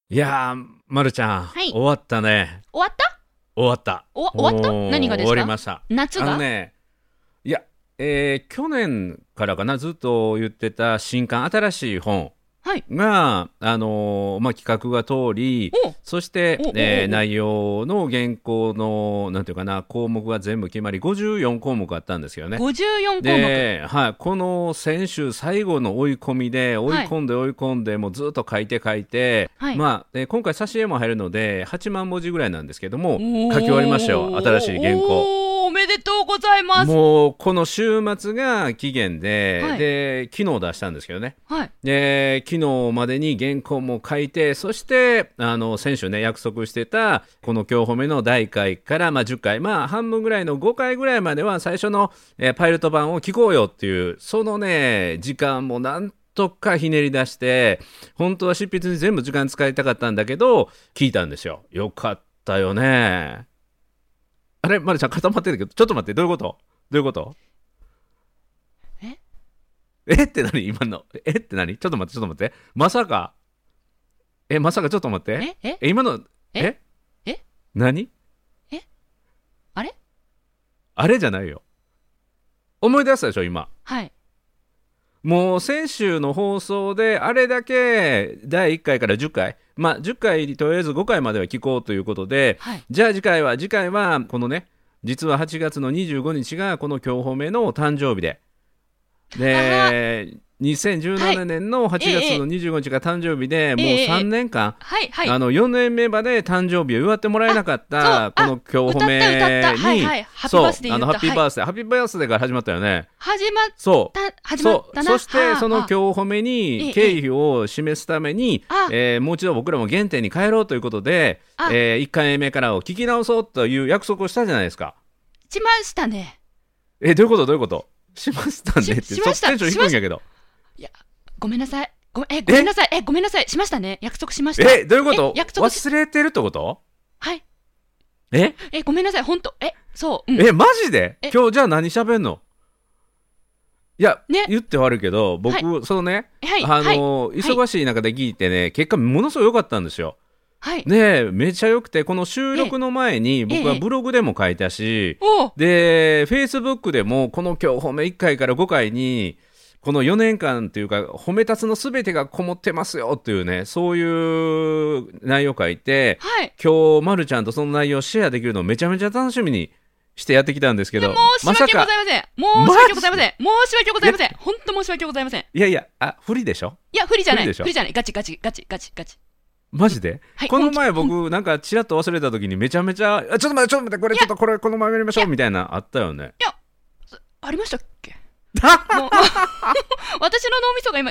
いやー、まるちゃん、 はい。 終わったね。 終わった？ 終わった。 終わった？何がですか？ 終わりました。 夏が？ いや、去年からかな、ずっと言ってた新刊、新しい本はい。 が、企画が通り、 おそして、 おおおお。 内容の原稿の、なんていうかな、項目が全部決まり、54項目あったんですよね。 54項目。 で、はい、この先週最後の追い込みで追いはい。 込んで追い込んでもうずっと書いて、 はい。 今回挿絵も入るので8万文字ぐらいなんですけども、書き終わりましたよ、新しい原稿。 おめでとうございます。 もうこの週末が期限はい。 で昨日出したんですけどね。 はい。 で昨日までに原稿も書いて、そして先週ね約束してたこの今日褒めの第1回から、10回、半分ぐらいの5回ぐらいまでは最初の、パイロット版を聞こうよっていうそのね時間もなんとかひねり出して、本当は執筆に全部時間使いたかったんだけど聞いたんですよ。よかったよね。あれ、まるちゃん固まってるけど、ちょっと待って、どういうこと？どういうこと？ えって何今の？って何？ちょっと待って、ちょっと待って。まさか、まさか、ちょっと待って。 ええ今の、 ええ何？ えあれ？ あれじゃないよ。思い出したでしょ、今。 はい。 もう先週の放送で、あれだけ第1回から10回、10回とりあえず5回までは聞こうということで、 はい。 じゃあ次回はこのね、実は8月の25日がこの今日褒めの誕生日ああ、 で、2017 はい。 年の8月の25日が誕生日で、もう3年間、 はい、はい。 4年目まで誕生日を祝ってもらえなかっそう、 たこの今日褒歌った。はい、 めに、 はい。ハッピーバーそう、 スデー言った。 ハッピーはい。 バースデー、ハッピーバースデーから始まったよね。 始まっそう。 始まったな。 そしてその今はあ、 日褒めに敬意を示すために、もう一度僕らも原点に帰ろうということで、1回目からを聞き直そうという約束をしたじゃないですか。 しましたね。 どういうことしましたねって、 しました。 テンション低いんやけど。 いや、ごめんなさい。ごめんなさい。ごめんなさい。しましたね。約束しました。 どういうこと？ 約束し、 忘れてるってこと？ はい。 えごめんなさい。本当そう。 マジで今日じゃあ何喋んの？いや、 ね。 言って悪いけど、 はい。 僕、そのね、 はい。はい。はい。 忙しい中で聞いてね、結果ものすごい良かったんですよ。 はい。 で、めちゃ良くて、この収え、 録の前に僕はえ、 ブログでも書いたし、 おう。 で、Facebook でもこの今日褒め1回から5回に、この4年間というか、褒め立つのすべてがこもってますよっていうね、そういう内容を書いて、 はい。 今日、まるちゃんとその内容をシェアできるのをめちゃめちゃ楽しみにしてやってきたんですけど、 申し訳ございません。申し訳ございません。申し訳ございません。本当申し訳ございません。 いやいや、不利でしょ？ いや、不利じゃない。 不利でしょ？ 不利じゃない。ガチガチガチガチガチ。 マジで？ はい。 この前僕なんかちらっと忘れた時にめちゃめちゃ、ちょっと待って、これちょっとこの前やりましょうみたいなあったよね。 いや、ありましたっけ？もう私の脳みそが今、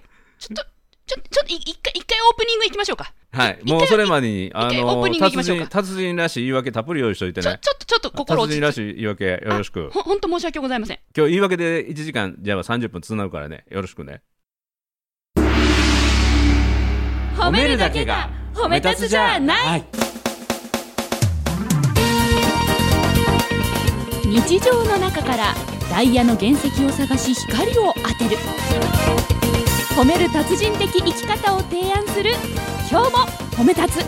一回オープニング行きましょうか。 はい、もうそれまでに一回オープニング行きましょうか。 達人らしい言い訳たっぷり用意しといてね。 ちょっと心落ち着いて。 達人らしい言い訳よろしく。 本当申し訳ございません。 今日言い訳で1時間じゃあ30分つなぐからね、よろしくね。 褒めるだけが褒め立つじゃない。日常の中からダイヤの原石を探し光を当てる。褒める達人的生き方を提案する。今日も褒め立つ。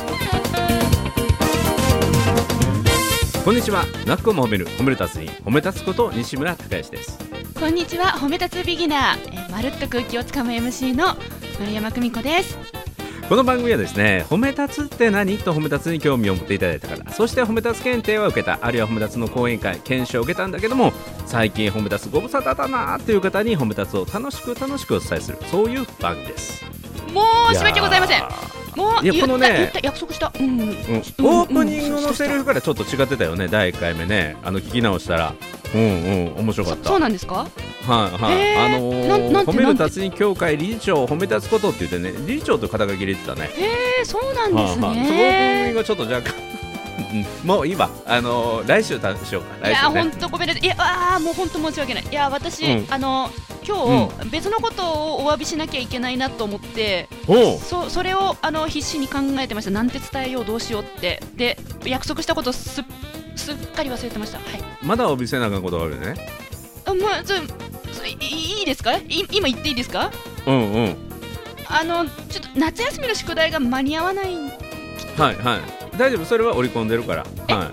こんにちは。なっこも褒める達人、褒め立つこと西村孝之です。 こんにちは。褒め立つビギナー、まるっと空気をつかむ MC の丸山久美子です。 この番組はですね、褒め立つって何と褒め立つに興味を持っていただいた方、そして褒め立つ検定は受けた、あるいは褒め立つの講演会検証を受けたんだけども、最近褒め立つご無沙汰だなーっていう方に褒め立つを楽しくお伝えする、そういう番組です。 申し訳ございません。もう言った約束した。 オープニングのセリフからちょっと違ってたよね、第1回目ね。聞き直したら面白かった。 そうなんですか？ 褒める達人協会理事長褒め立つことって言ってね、理事長という肩書き入れてたね。 そうなんですね。 そこオープニングがちょっと若干もういいわ。来週しようか。 いや本当ごめんなさい。いやもう本当申し訳ない。いや私、今日、別のことをお詫びしなきゃいけないなと思って、それを必死に考えてました。なんて伝えよう、どうしようってで約束したことすっかり忘れてました。はい。 まだお見せなあかんことがあるよね。 いいですか？今言っていいですか？ ちょっと夏休みの宿題が間に合わない。 はいはい、大丈夫、それは織り込んでるから。はい、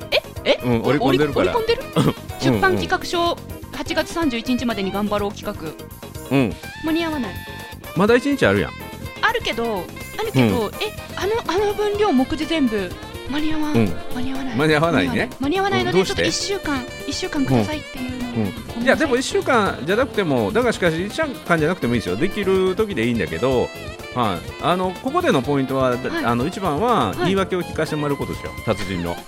うん、織り込んでるから。 織り込んでる出版企画書8月31日までに頑張ろう企画、うん、間に合わない。 まだ1日あるやん。 あるけど、あの分量目次全部間に合わん、間に合わない、 間に合わないね。 間に合わないので、ちょっと1週間くださいっていうのを、 いやでも1週間じゃなくても、だからしかし1週間じゃなくてもいいですよ。できる時でいいんだけど、はい、ここでのポイントは、一番は言い訳を聞かせてもらうことですよ、達人の。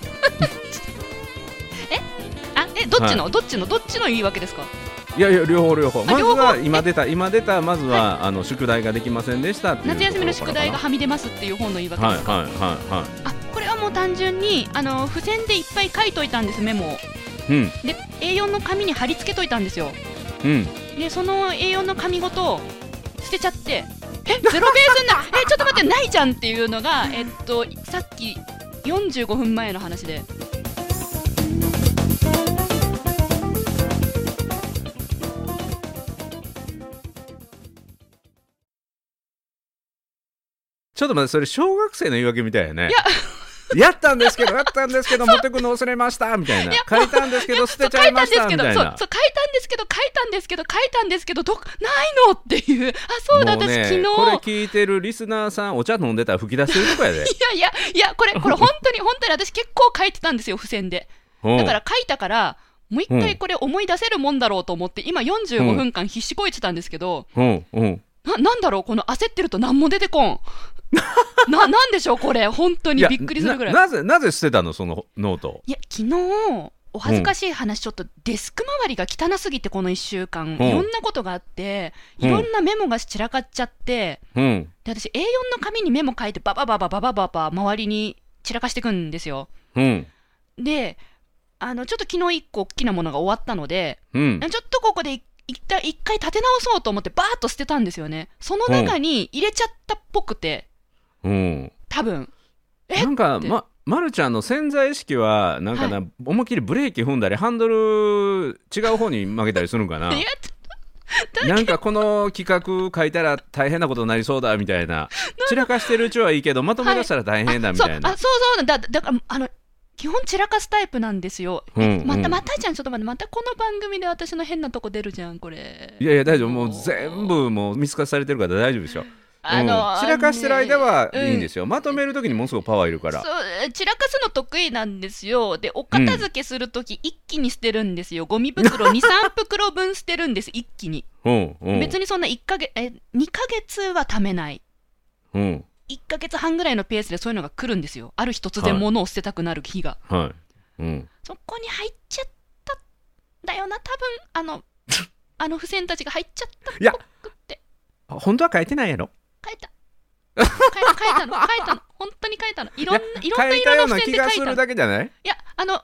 どっちの言い訳ですか？ いや両方。まずは今出たまずは、宿題ができませんでしたっていう。 夏休みの宿題がはみ出ますっていう本の言い訳ですか？これはもう単純に付箋でいっぱい書いといたんです、メモを。で A4 の紙に貼り付けといたんですよ。でその A4 の紙ごと捨てちゃって、ゼロベースになちょっと待って、ないじゃんっていうのが、さっき45分前の話で。 ちょっと待って、それ小学生の言い訳みたいやね。やったんですけど持ってくの忘れましたみたいな。書いたんですけど捨てちゃいましたみたいな。 書いたんですけどないのっていう。そうだ、私昨日これ聞いてるリスナーさん、お茶飲んでたら吹き出してるとこやで。 いやこれ本当に私結構書いてたんですよ、付箋で。だから書いたからもう一回これ思い出せるもんだろうと思って、今45分間必死こいてたんですけど、なんだろう、この焦ってると何も出てこん。なんでしょうこれ、本当にびっくりするぐらい。 なぜ捨てたの、そのノート。 いや、昨日お恥ずかしい話、ちょっとデスク周りが汚すぎて、この1週間、いろんなことがあって、いろんなメモが散らかっちゃって、で私 A4 の紙にメモ書いてバババ周りに散らかしていくんですよ。でちょっと昨日1個大きなものが終わったので、ちょっとここで一回立て直そうと思ってバーッと捨てたんですよね。その中に入れちゃったっぽくて、多分なんかまるちゃんの潜在意識はなんか思いっきりブレーキ踏んだりハンドル違う方に曲げたりするんかな。なんかこの企画書いたら大変なことになりそうだみたいな、散らかしてるうちはいいけどまとめ出したら大変だみたいな。 そうだから基本散らかすタイプなんですよ。またじゃん、ちょっと待って、またこの番組で私の変なとこ出るじゃん、これ。いや大丈夫、もう全部もう見透かされてるから大丈夫でしょ。散らかしてる間はいいんですよ。まとめるときにものすごくパワーいるから。 散らかすの得意なんですよ。でお片付けするとき一気に捨てるんですよ。ゴミ袋 2,3 袋分捨てるんです、一気に。別にそんな2ヶ月はためない。1ヶ月半ぐらいのペースでそういうのが来るんですよ。ある日突然物を捨てたくなる日が、そこに入っちゃったんだよな、多分付箋たちが入っちゃったっぽくって。 本当は書いてないやろ。 書いたの本当に書いたの。いろんな色の付箋で書いたの。書いたような気がするだけじゃない？いや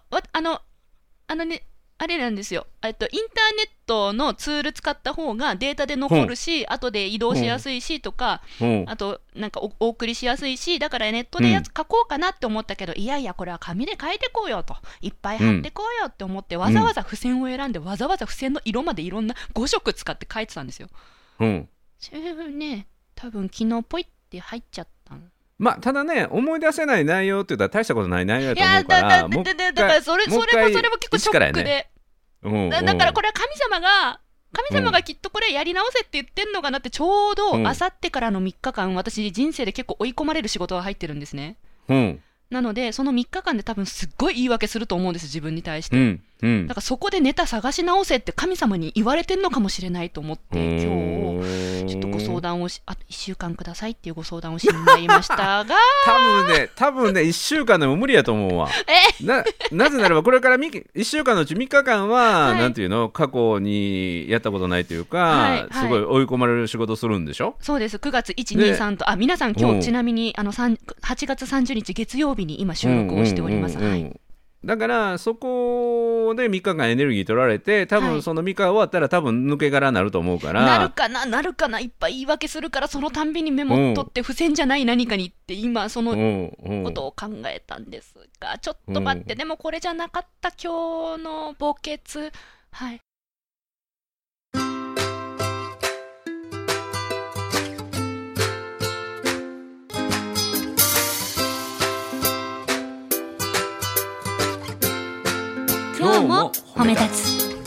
あれなんですよ。インターネットのツール使った方がデータで残るし、後で移動しやすいしとか、あとなんか お送りしやすいし、だからネットでやつ書こうかなって思ったけど、いやこれは紙で書いてこうよと、いっぱい貼ってこうよって思って、わざわざ付箋を選んで、わざわざ付箋の色までいろんな5色使って書いてたんですよ。それね、多分昨日ポイって入っちゃったの。 ただね、思い出せない内容って言ったら大したことない内容だと思うから、 だからそれも結構ショックで、だからこれは神様がきっとこれやり直せって言ってんのかなって。ちょうどあさってからの3日間、私人生で結構追い込まれる仕事が入ってるんですね。なのでその3日間で多分すっごい言い訳すると思うんです、自分に対して。だからそこでネタ探し直せって神様に言われてんのかもしれないと思って、今日ちょっとご相談を1週間くださいっていうご相談をしになりましたが多分ね1週間でも無理やと思うわ。なぜならばこれから1週間のうち3日間は、なんていうの、過去にやったことないというか、すごい追い込まれる仕事するんでしょ。 そうです。9月1、2、3と皆さん今日ちなみに8月30日月曜日に今収録をしております。 だからそこで3日間エネルギー取られて、多分その3日終わったら多分抜け殻になると思うから、 なるかな、いっぱい言い訳するから、そのたんびにメモ取って付箋じゃない何かにって今そのことを考えたんですが、ちょっと待って、でもこれじゃなかった、今日の墓穴。 今日も褒め立つ。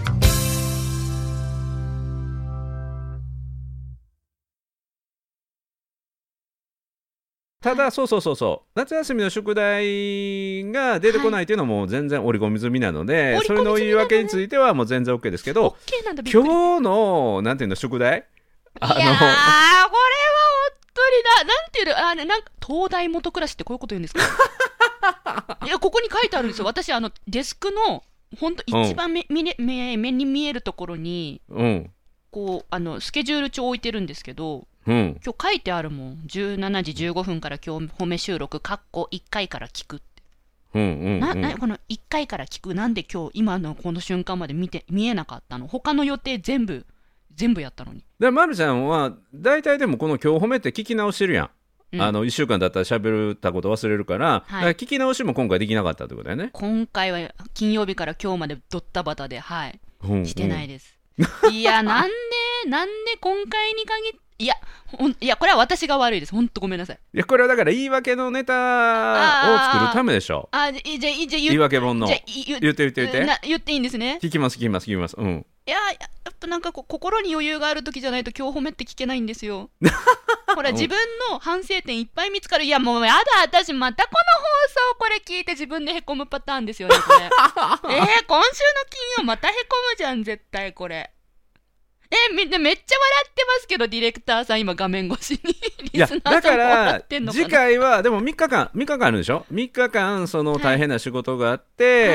ただそう夏休みの宿題が出てこないというのはもう全然織り込み済みなので、それの言い訳についてはもう全然 OK ですけど、今日のなんていうの宿題、いやーこれは本当になんていうの、なんか東大元暮らしってこういうこと言うんですかいや、ここに書いてあるんですよ。私デスクの本当一番目に見えるところに、こうスケジュール帳置いてるんですけど、今日書いてあるもん。17時15分から今日褒め収録1回から聞くって、この1回から聞く、なんで今のこの瞬間まで見えなかったの？他の予定全部やったのに。 でまるちゃんは大体でもこの今日褒めって聞き直してるやん、1週間だったら喋ったこと忘れるから、だから聞き直しも今回できなかったってことだよね。 今回は金曜日から今日までドッタバタでしてないです。いやなんで今回に限って、いやこれは私が悪いです。ほんとごめんなさい。 いやこれはだから言い訳のネタを作るためでしょ。 じゃあ言い訳本の言って言っていいんですね。 聞きます。いやっぱなんか心に余裕がある時じゃないと今日褒めって聞けないんですよほら自分の反省点いっぱい見つかる。いやもうやだ、私またこの放送これ聞いて自分でへこむパターンですよねこれ今週の金曜またへこむじゃん絶対これ。みんなめっちゃ笑ってますけど、ディレクターさん今画面越しにリスナーさんも笑ってんのかな。 だから次回はでも3日間あるでしょ。3日間その大変な仕事があって、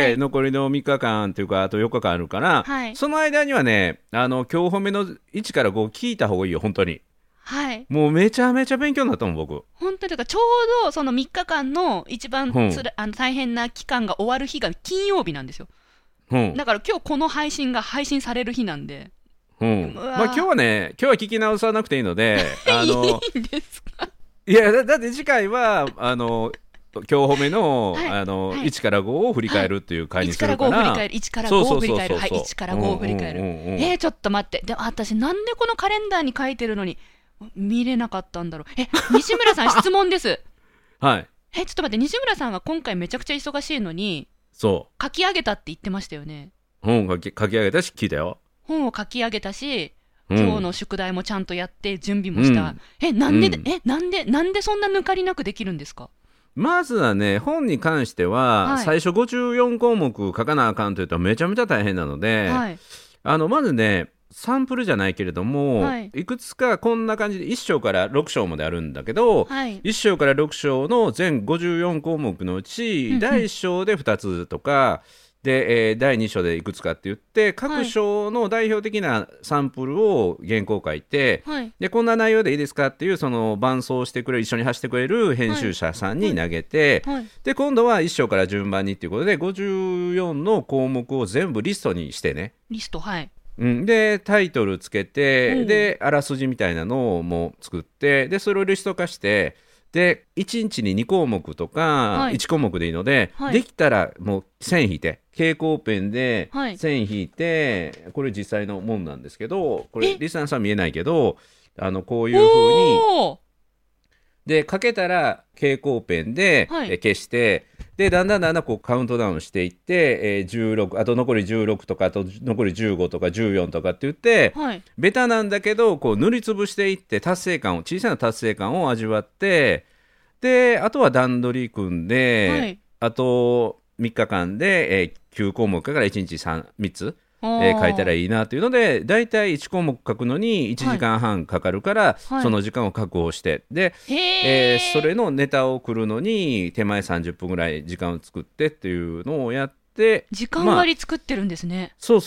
残りの3日間というかあと4日間あるから、その間にはね今日褒めの1から5聞いた方がいいよ本当に。もうめちゃめちゃ勉強になったもん僕。 本当に。だからちょうどその3日間の一番大変な期間が終わる日が金曜日なんですよ、だから今日この配信が配信される日なんで、 今日は聞き直さなくていいのでいいんですか。 いやだって次回は今日褒めの、1から5を振り返るっていう回にするから 1から5を振り返る1から5を振り返る。ちょっと待って、で私なんでこのカレンダーに書いてるのに見れなかったんだろう。西村さん質問ですちょっと待って、西村さんは今回めちゃくちゃ忙しいのに書き上げたって言ってましたよね。 本書き上げたし聞いたよ。 本を書き上げたし、今日の宿題もちゃんとやって準備もした、なんでそんな抜かりなくできるんですか。 まずはね本に関しては、最初54項目書かなあかんというとめちゃめちゃ大変なので、まずねサンプルじゃないけれども、いくつかこんな感じで1章から6章まであるんだけど、1章から6章の全54項目のうち、第1章で2つとかで、第2章でいくつかって言って各章の代表的なサンプルを原稿書いて、でこんな内容でいいですかっていうその伴走してくれる一緒に走ってくれる編集者さんに投げて、で今度は1章から順番にっていうことで54の項目を全部リストにしてね、でタイトルつけて、であらすじみたいなのをもう作って、でそれをリスト化して、で1日に2項目とか1項目でいいので、できたらもう線引いて蛍光ペンで線引いて、これ実際のもんなんですけど、これリスナーさん見えないけどこういう風にで書けたら蛍光ペンで消して、でだんだんこうカウントダウンしていって、16あと残り16とかあと残り15とか14とかって言って、ベタなんだけどこう塗りつぶしていって小さな達成感を味わって、であとは段取り組んで、あと3日間で、9項目から1日 3つ書いたらいいなというので、だいたい1項目書くのに1時間半かかるから、その時間を確保して、で、それのネタを送るのに手前30分ぐらい時間を作ってっていうのをやって、 時間割作ってるんですね。 そう、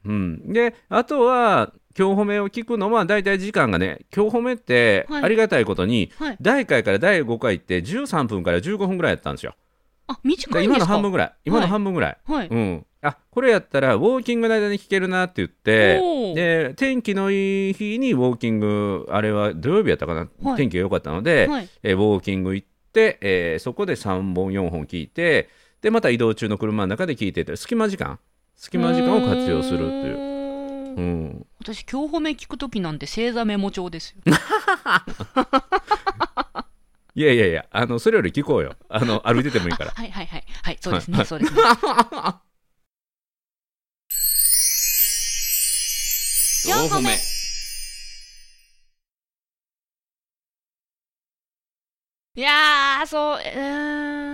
であとは今日褒めを聞くのはだいたい時間がね、今日褒めってありがたいことに、第1回から第5回って13分から15分ぐらいやったんですよ。 短いんですか。 今の半分ぐらい、これやったらウォーキングの間に聞けるなって言って、で天気のいい日にウォーキング、あれは土曜日やったかな、天気が良かったので、ウォーキング行って、そこで3本4本聞いて、でまた移動中の車の中で聞いてて、隙間時間を活用するっていう、 私今日褒め聞くときなんて星座メモ帳ですよいやいやいや、それより聞こうよ。歩いててもいいから。 はいはいはいはい、そうですね、そうですね。4個目。いやー、そう、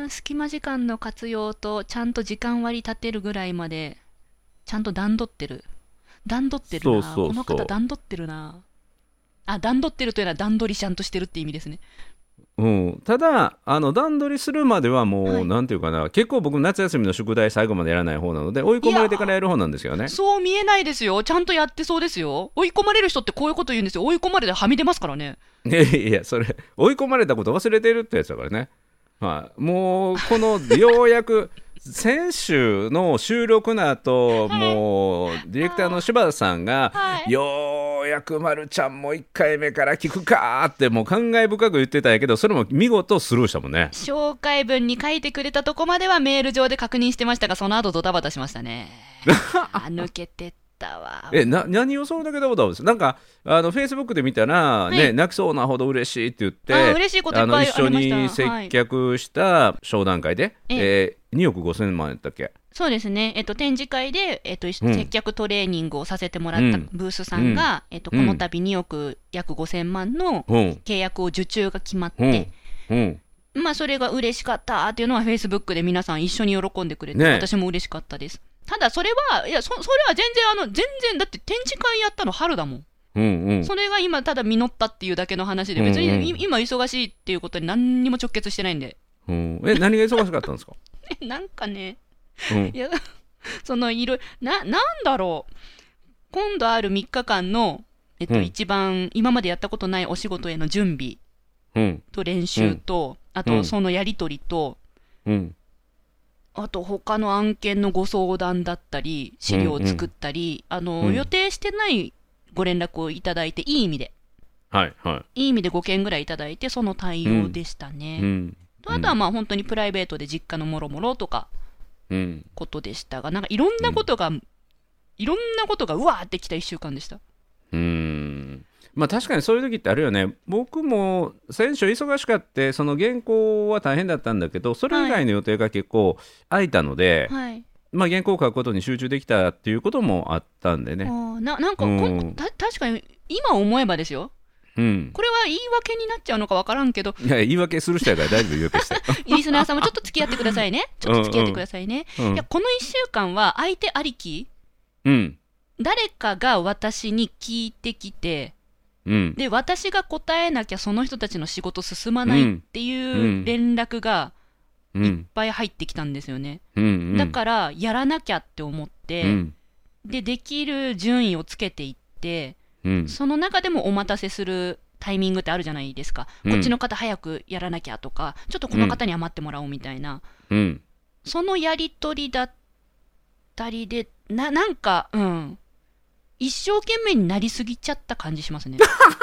隙間時間の活用とちゃんと時間割り立てるぐらいまでちゃんと段取ってるな。この方段取ってるな。段取ってるというのは段取りちゃんとしてるって意味ですね。 うん、ただ段取りするまではもう、はい、なんていうかな、結構僕夏休みの宿題最後までやらない方なので追い込まれてからやる方なんですよね。 そう見えないですよ。ちゃんとやってそうですよ。追い込まれる人ってこういうこと言うんですよ。追い込まれてはみ出ますからね。 いやそれ追い込まれたこと忘れてるってやつだからね。はい、もうこのようやく先週の収録の後、はい、もうディレクターの柴田さんが、はい、ようやくまるちゃんも1回目から聞くかってもう感慨深く言ってたんやけど、それも見事スルーしたもんね。 紹介文に書いてくれたとこまではメール上で確認してましたが、その後ドタバタしましたね。抜けてったわ。 何をそれだけドタバタです。なんかフェイスブックで見たら、ね、はい、泣きそうなほど嬉しいって言って嬉しいこといっぱいありました。 一緒に接客した商談会で、2億5000万やったっけ。 そうですね、展示会で、接客トレーニングをさせてもらったブースさんが、この度2億約5000万の契約を受注が決まって、まあそれが嬉しかったっていうのはフェイスブックで皆さん一緒に喜んでくれて、ね、私も嬉しかったです。ただそれは、いや、それは全然だって展示会やったの春だもん。それが今ただ実ったっていうだけの話で、別に今忙しいっていうことに何にも直結してないんで。 何が忙しかったんですか？ なんかね、いやなんだろう、今度ある3日間の、一番今までやったことないお仕事への準備と練習と、あとそのやり取りと、あと他の案件のご相談だったり資料を作ったり、予定してないご連絡をいただいて、いい意味で、 はいはい、 いい意味で5件ぐらいいただいて、その対応でしたね。あとはまあ本当にプライベートで実家のもろもろとかことでしたが、なんかいろんなことがうわーってきた1週間でした。 まあ確かにそういう時ってあるよね。僕も先週忙しかって、その原稿は大変だったんだけど、それ以外の予定が結構空いたので、はい、まあ原稿を書くことに集中できたっていうこともあったんでね。 なんか確かに今思えばですよ、これは言い訳になっちゃうのか分からんけど、 いや言い訳する人やから大丈夫、言い訳してリスナーさんもちょっと付き合ってくださいね。いやこの1週間は相手ありき、誰かが私に聞いてきて、で私が答えなきゃその人たちの仕事進まないっていう連絡がいっぱい入ってきたんですよね。だからやらなきゃって思って、できる順位をつけていって、その中でもお待たせするタイミングってあるじゃないですか。こっちの方早くやらなきゃとか、ちょっとこの方には待ってもらおうみたいな、そのやり取りだったりで、なんか一生懸命になりすぎちゃった感じしますね。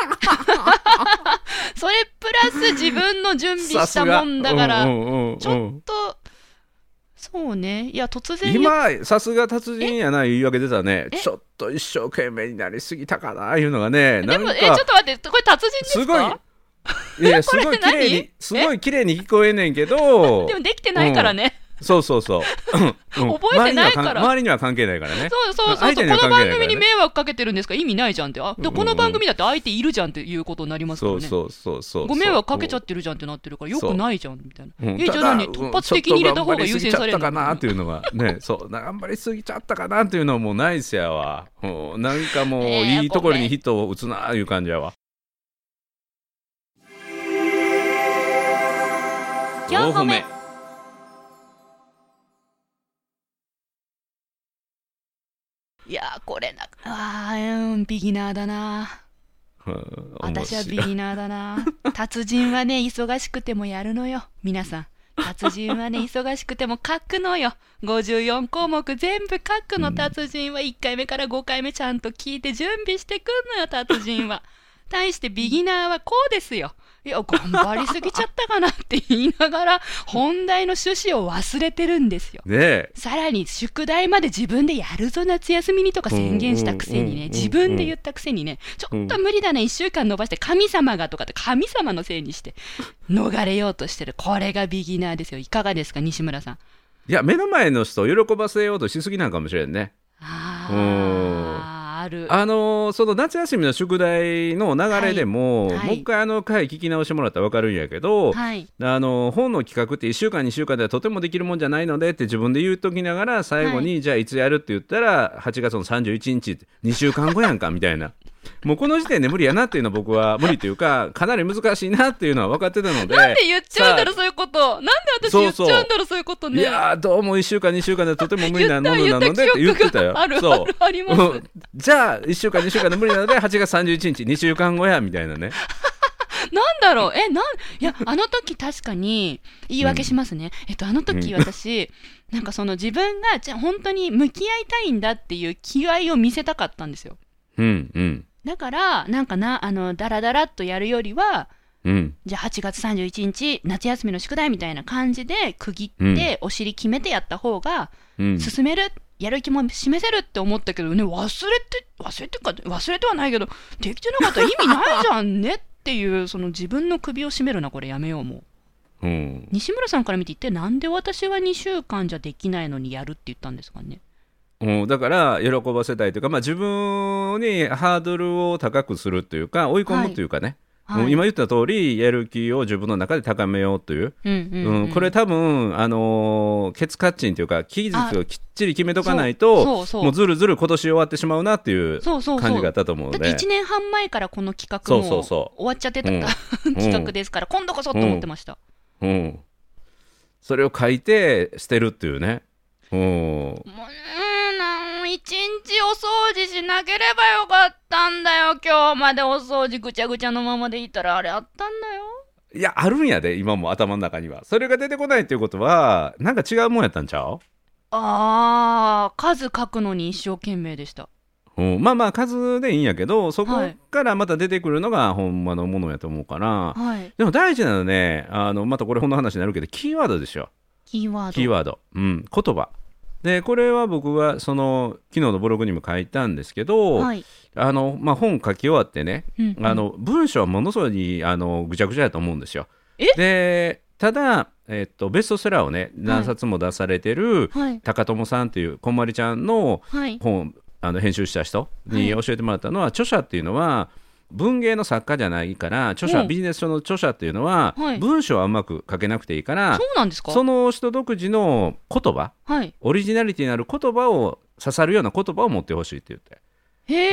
それプラス自分の準備したもんだから、ちょっとそうね。いや突然今さすが達人やな言い訳出たね。ちょっと一生懸命になりすぎたかないうのがね。 でもちょっと待って、これ達人ですか？ すごい綺麗に聞こえねんけどでもできてないからね。 そう覚えてないから、 周りには関係ないからね。 そうこの番組に迷惑かけてるんですか、意味ないじゃんって。でこの番組だって相手いるじゃんっていうことになりますからね。ご迷惑かけちゃってるじゃんってなってるから、よくないじゃんみたいな。じゃあ何、突発的に入れた方が優先されるのかなっていうのがね。 頑張りすぎちゃったかなっていうのはもうナイスやわ。なんかもういいところにヒットを打つないう感じやわ。 4歩目。いやこれビギナーだな。私はビギナーだな。達人はね忙しくてもやるのよ皆さん。達人はね忙しくても書くのよ。54項目全部書くの。達人は1回目から5回目ちゃんと聞いて準備してくんのよ達人は。対してビギナーはこうですよ。 いや頑張りすぎちゃったかなって言いながら本題の趣旨を忘れてるんですよ。 ね、 さらに宿題まで自分でやるぞ夏休みにとか宣言したくせにね、自分で言ったくせにね、ちょっと無理だね1週間延ばして神様がとかって神様のせいにして逃れようとしてる。これがビギナーですよ。いかがですか西村さん。 いや目の前の人を喜ばせようとしすぎなんかもしれんね。 ある。 その夏休みの宿題の流れでも、 はいもう一回回聞き直してもらったら分かるんやけど、 はい、 本の企画って1週間2週間ではとてもできるもんじゃないのでって自分で言うときながら最後に、 はい、 じゃあいつやるって言ったら8月の31日2週間後やんかみたいなもうこの時点で無理やなっていうのは僕は無理というかかなり難しいなっていうのは分かってたので、 なんで言っちゃうんだろうそういうこと。なんで私言っちゃうんだろうそういうことね。 いやどうも1週間2週間ではとても無理なものなのでって言ってたよ。 あるあるあります、 じゃあ1週間2週間で無理なので8月31日2週間後やみたいなねなんだろういやあの時確かに言い訳しますね、あの時私、なんかその自分が本当に向き合いたいんだっていう気合を見せたかったんですよ。 うんうん。 だからなんかダラダラっとやるよりは、じゃあ8月31日夏休みの宿題みたいな感じで区切って、お尻決めてやった方が進める、やる気も示せるって思ったけどね、忘れてはないけどできてなかったら意味ないじゃんねっていうその自分の首を絞めるな、これやめようもう、西村さんから見て一体なんで私は2週間じゃできないのにやるって言ったんですかね。 だから喜ばせたいというか、自分にハードルを高くするというか追い込むというかね、今言った通りやる気を自分の中で高めようという、これ多分ケツカッチンというか期日をきっちり決めとかないともうずるずる今年終わってしまうなっていう感じがあったと思うので、 だって1年半前からこの企画も終わっちゃってた企画ですから、今度こそと思ってました、 それを書いて捨てるっていうね。 一日お掃除しなければよかったんだよ。今日までお掃除ぐちゃぐちゃのままでいたらあれあったんだよ。 いやあるんやで今も頭の中には。それが出てこないっていうことはなんか違うもんやったんちゃう？ 数書くのに一生懸命でした。 数でいいんやけどそこからまた出てくるのがほんまのものやと思うから、でも大事なのはねまたこれ本の話になるけどキーワードでしょ。キーワード、言葉で、これは僕はその昨日のブログにも書いたんですけど、本書き終わってね、文章はものすごいぐちゃぐちゃだと思うんですよ。でただ、ベストセラーをね何冊も出されてる、高友さんっていうこんまりちゃんの本、編集した人に教えてもらったのは、著者っていうのは文芸の作家じゃないからビジネス書の著者っていうのは、文章はうまく書けなくていいから、 そうなんですか？ その人独自の言葉、オリジナリティのある言葉を刺さるような言葉を持ってほしいって言って、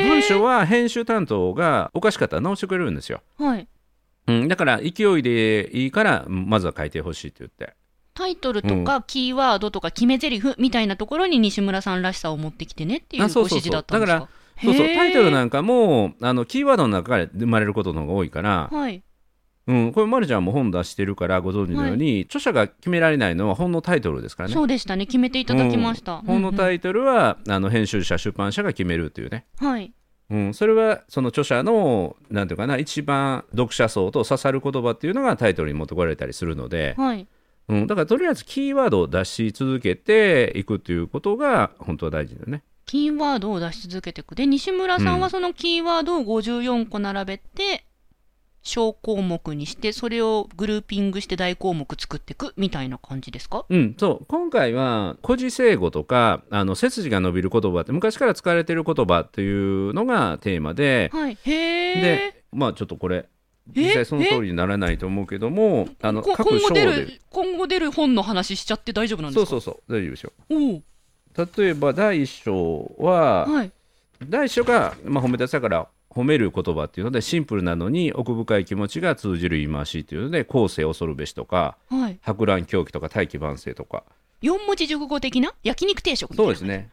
文章は編集担当がおかしかったら直してくれるんですよ、だから勢いでいいからまずは書いてほしいって言って、 タイトルとかキーワードとか決め台詞みたいなところに西村さんらしさを持ってきてねっていうご指示だったんですか？ だからタイトルなんかもキーワードの中から生まれることの方が多いから、これまるちゃんも本出してるからご存知のように、著者が決められないのは本のタイトルですからね。 そうでしたね、決めていただきました、 本のタイトルは編集者出版社が決めるというね、それはその著者のなんていうかな一番読者層と刺さる言葉っていうのがタイトルに持ってこられたりするので、だからとりあえずキーワードを出し続けていくということが本当は大事だよね。 キーワードを出し続けていく。で西村さんはそのキーワードを54個並べて小項目にして、それをグルーピングして大項目作っていくみたいな感じですか？ そう今回は古事成語とか背筋が伸びる言葉って昔から使われている言葉っていうのがテーマで、でちょっとこれ実際その通りにならないと思うけども、各章で今後出る本の話しちゃって大丈夫なんですか？ そう大丈夫でしょう。例えば第1章は、第1章が、褒め立つだから褒める言葉っていうのでシンプルなのに奥深い気持ちが通じる言い回しっていうので後世恐るべしとか、博覧狂気とか大器晩成とか 4文字熟語的な焼肉定食みたいな。 そうですね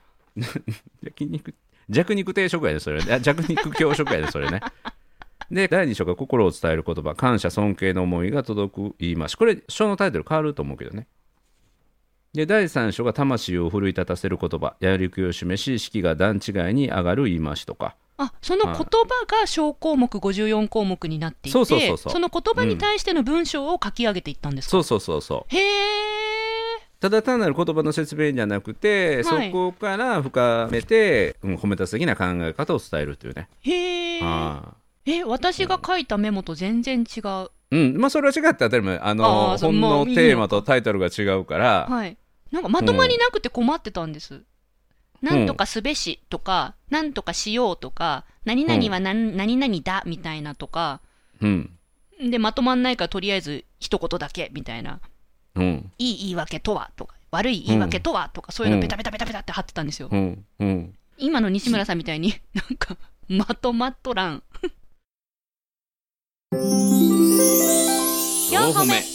弱肉定食やでそれ弱肉強食やでそれねで第2章が心を伝える言葉、感謝尊敬の思いが届く言い回し。これ章のタイトル変わると思うけどね。で第3章が魂を奮い立たせる言葉、やる気を示し士気が段違いに上がる言い回しとか。 その言葉が小項目54項目になっていて、その言葉に対しての文章を書き上げていったんですか？ そうへー。 ただ単なる言葉の説明じゃなくて、そこから深めて、褒めたす的な考え方を伝えるというね。 へー。私が書いたメモと全然違う。 それは違って当たり前。本のテーマとタイトルが違うから、 なんかまとまりなくて困ってたんです。なんとかすべしとか、なんとかしようとか、何々は何々だみたいなとか、でまとまんないからとりあえず一言だけみたいな、いい言い訳とはとか、悪い言い訳とはとか、そういうのベタベタベタベタって貼ってたんですよ。今の西村さんみたいになんかまとまっとらん。4歩目。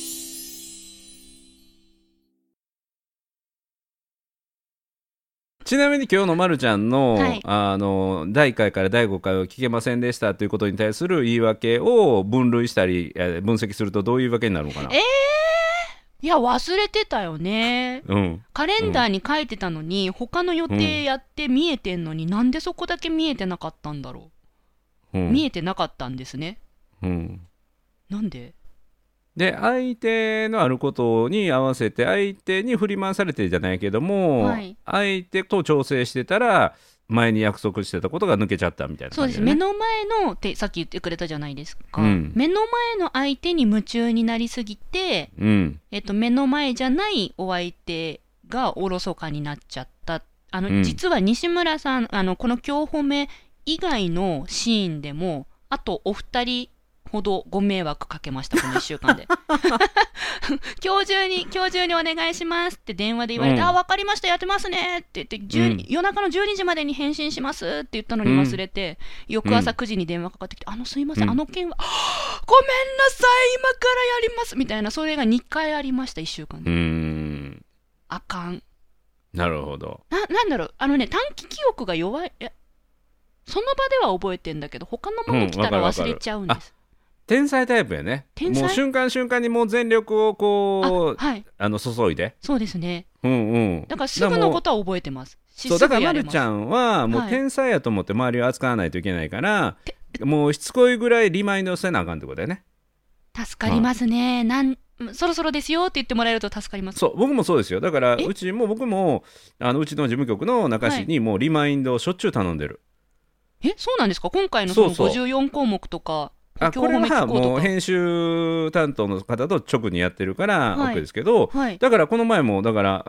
ちなみに今日のまるちゃんの、第1回から第5回を聞けませんでしたということに対する言い訳を分類したり分析するとどういうわけになるのかな。 いや忘れてたよね、カレンダーに書いてたのに、他の予定やって見えてんのに、なんでそこだけ見えてなかったんだろう、見えてなかったんですね、なんで相手のあることに合わせて相手に振り回されてじゃないけども、相手と調整してたら前に約束してたことが抜けちゃったみたいな感じ、 そうです。目の前のってさっき言ってくれたじゃないですか、目の前の相手に夢中になりすぎて、目の前じゃないお相手がおろそかになっちゃった。実は西村さんこの今日褒め以外のシーンでもあとお二人ほどご迷惑かけました、この1週間で。今日中にお願いしますって電話で言われて、分かりました、やってますねって言って、夜中の12時までに返信しますって言ったのに忘れて、翌朝9時に電話かかってきて、すいません、あの件は、ごめんなさい、今からやりますみたいな、それが2回ありました、1週間で。あかん。 なるほど。 なんだろう、短期記憶が弱い。その場では覚えてんだけど、他のもの来たら忘れちゃうんです。 天才タイプやね。もう瞬間瞬間にもう全力をこう、注いで。 そうですね。だからすぐのことは覚えてます。 だからまるちゃんはもう天才やと思って周りを扱わないといけないから、もうしつこいぐらいリマインドせなあかんってことだよね。 助かりますね。そろそろですよって言ってもらえると助かります。 そう、僕もそうですよ。だから僕もうちの事務局の中市にもうリマインドをしょっちゅう頼んでる。 そうなんですか。今回のその54項目とか。 これはもう編集担当の方と直にやってるから OK ですけど、だからこの前もだから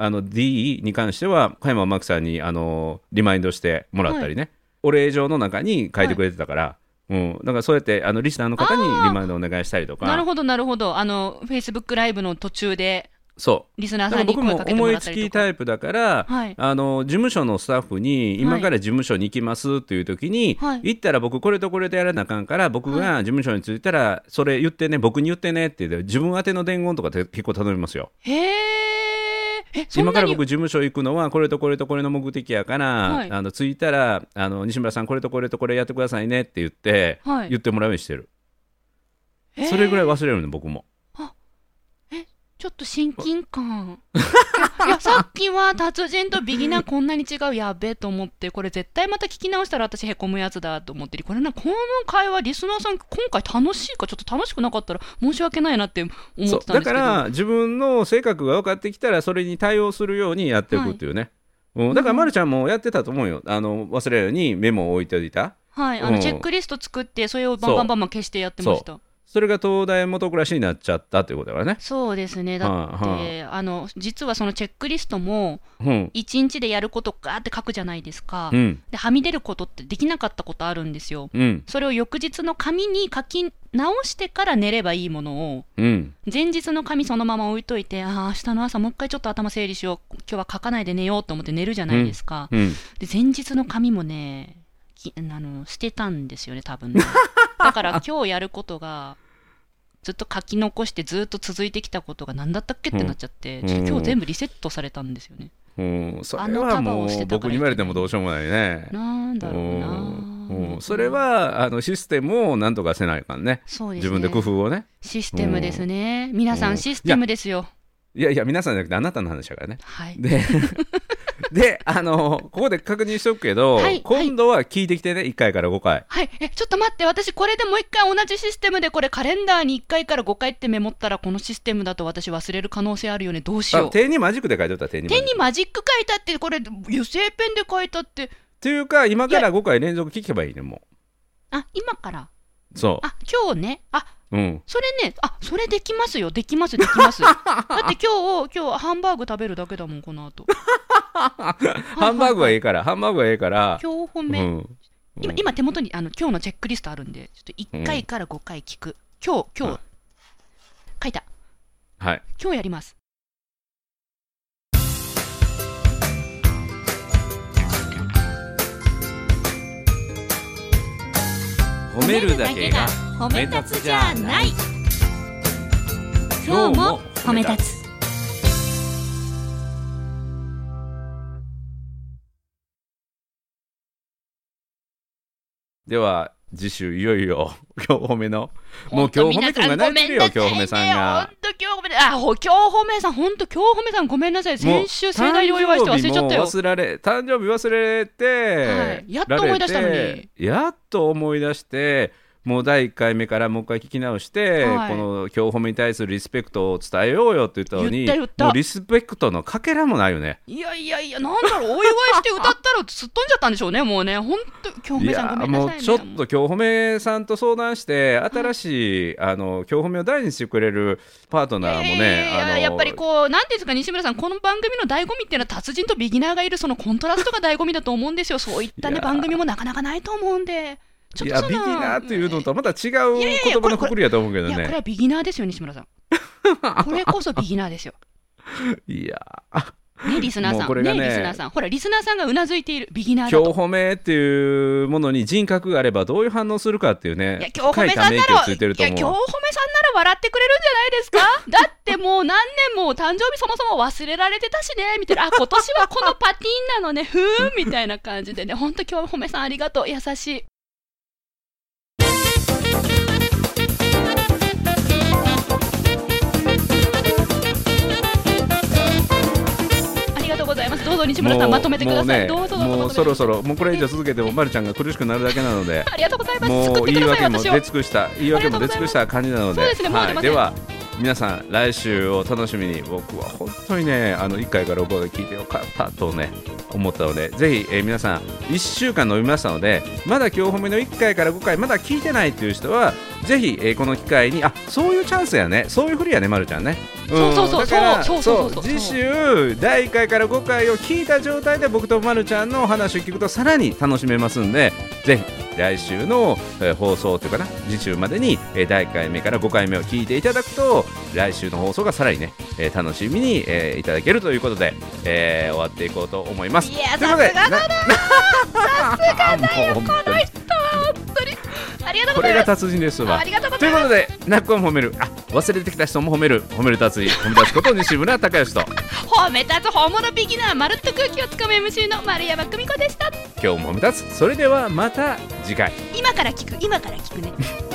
D に関しては加山真紀さんにリマインドしてもらったりね、お礼状の中に書いてくれてたから、だからそうやってリスナーの方にリマインドお願いしたりとか。 なるほどなるほど。Facebook ライブの途中でリスナーさんに声かけてもらったりとか。 僕も思いつきタイプだから、事務所のスタッフに今から事務所に行きますっていう時に、行ったら僕これとこれでやらなあかんから、僕が事務所に着いたらそれ言ってね、僕に言ってねって言って自分宛ての伝言とか結構頼みますよ。今から僕事務所行くのはこれとこれとこれの目的やから、着いたら西村さんこれとこれとこれやってくださいねって言ってもらうようにしてる。それぐらい忘れるの僕も。 ちょっと親近感。いやさっきは達人とビギナーこんなに違う、やべえと思って、これ絶対また聞き直したら私へこむやつだと思って、この会話リスナーさん今回楽しいか、ちょっと楽しくなかったら申し訳ないなって思ってたんですけど。 だから自分の性格が分かってきたらそれに対応するようにやっていくっていうね、だからまるちゃんもやってたと思うよ。忘れるようにメモを置いておいた。 チェックリスト作ってそれをバンバンバンバン消してやってました。 それが東大元暮らしになっちゃったということだからね。 そうですね。だって、実はそのチェックリストも1日でやることガーって書くじゃないですか、ではみ出ることってできなかったことあるんですよ、それを翌日の紙に書き直してから寝ればいいものを、前日の紙そのまま置いといて、明日の朝もう一回ちょっと頭整理しよう、今日は書かないで寝ようと思って寝るじゃないですか、で前日の紙もね捨てたんですよね多分ね。だから今日やることがずっと書き残してずっと続いてきたことが何だったっけってなっちゃって、今日全部リセットされたんですよね。 それはもう僕に言われてもどうしようもないね。 なんだろうな。 それはシステムをなんとかせないかんね。 そうですね。 自分で工夫をね。 システムですね。皆さんシステムですよ。 いや皆さんじゃなくてあなたの話だからね。 はい。 ででここで確認しとくけど、はい、今度は聞いてきてね、1回から5回。 はい、ちょっと待って、私これでもう1回同じシステムでこれカレンダーに1回から5回ってメモったら、このシステムだと私忘れる可能性あるよね。どうしよう。 手にマジックで書いておった。 手にマジック書いたって、これ油性ペンで書いたってっていうか、今から5回連続聞けばいいね。もう今からそう今日ねそれね、それできますよ。できますだって今日ハンバーグ食べるだけだもん、この後ハンバーグはいいから今日褒め、今手元に今日のチェックリストあるんで、ちょっと1回から5回聞く。今日書いた。 はい、 今日やります。 褒めるだけが褒め立つじゃない。今日も褒め立つ。では次週いよいよ今日褒めの、もう今日褒めくんが泣いてるよ。今日褒めさんが今日褒めさんごめんなさい。先週盛大にお祝いして忘れちゃったよ。 誕生日忘れて、 やっと思い出したのに、 やっと思い出して、もう第1回目からもう一回聞き直して、この今日褒めに対するリスペクトを伝えようよって言ったのに、もうリスペクトのかけらもないよね。 いやなんだろう、お祝いして歌ったらすっ飛んじゃったんでしょうね。もうね、本当今日褒めさんごめんなさいね。 もうちょっと今日褒めさんと相談して、新しい今日褒めを大事にしてくれるパートナーもね、 やっぱりこう、なんていうんですか、西村さん、この番組の醍醐味っていうのは達人とビギナーがいるそのコントラストが醍醐味だと思うんですよ。そういったね番組もなかなかないと思うんで。 ビギナーっていうのとはまた違う言葉のくくりやと思うけどね。 これはビギナーですよ、西村さん。これこそビギナーですよ。 リスナーさん、 ほらリスナーさんがうなずいている。ビギナーだと。 今日褒めっていうものに人格があればどういう反応するかっていうね、 今日褒めさんなら笑ってくれるんじゃないですか。だってもう何年も誕生日そもそも忘れられてたしね、みたいな。今年はこのパティーンなのね、ふーんみたいな感じでね。ほんと今日褒めさんありがとう、優しい。どうぞ西村さんまとめてください。どうぞもうそろそろ、もうこれ以上続けてもまるちゃんが苦しくなるだけなので、 ありがとうございます。 もう言い訳も出尽くした感じなので、では皆さん来週を楽しみに。僕は本当にね、1回から5回聞いてよかったとね思ったので、ぜひ、皆さん1週間伸びましたので、まだ今日褒めの1回から5回まだ聞いてないという人はぜひ、この機会に、そういうチャンスやね、そういうふりやね、まるちゃんね。 だから次週第1回から5回を聞いた状態で僕とまるちゃんの話を聞くとさらに楽しめますんで、ぜひ来週の、放送というかな、次週までに、第1回目から5回目を聞いていただくと、来週の放送がさらにね、楽しみに、いただけるということで、終わっていこうと思います。 いや、さすがだな、さすがだよこの人は本当にありがとうございます。 これが達人ですわ。 ありがとうございます。 ということで、泣くは褒める、忘れてきた人も褒める達人、褒め立つこと西村孝之と褒め立つ本物ビギナー、まるっと空気をつかむ MC の丸山久美子でした。 今日も褒め立つ。それではまた次回。 今から聞くね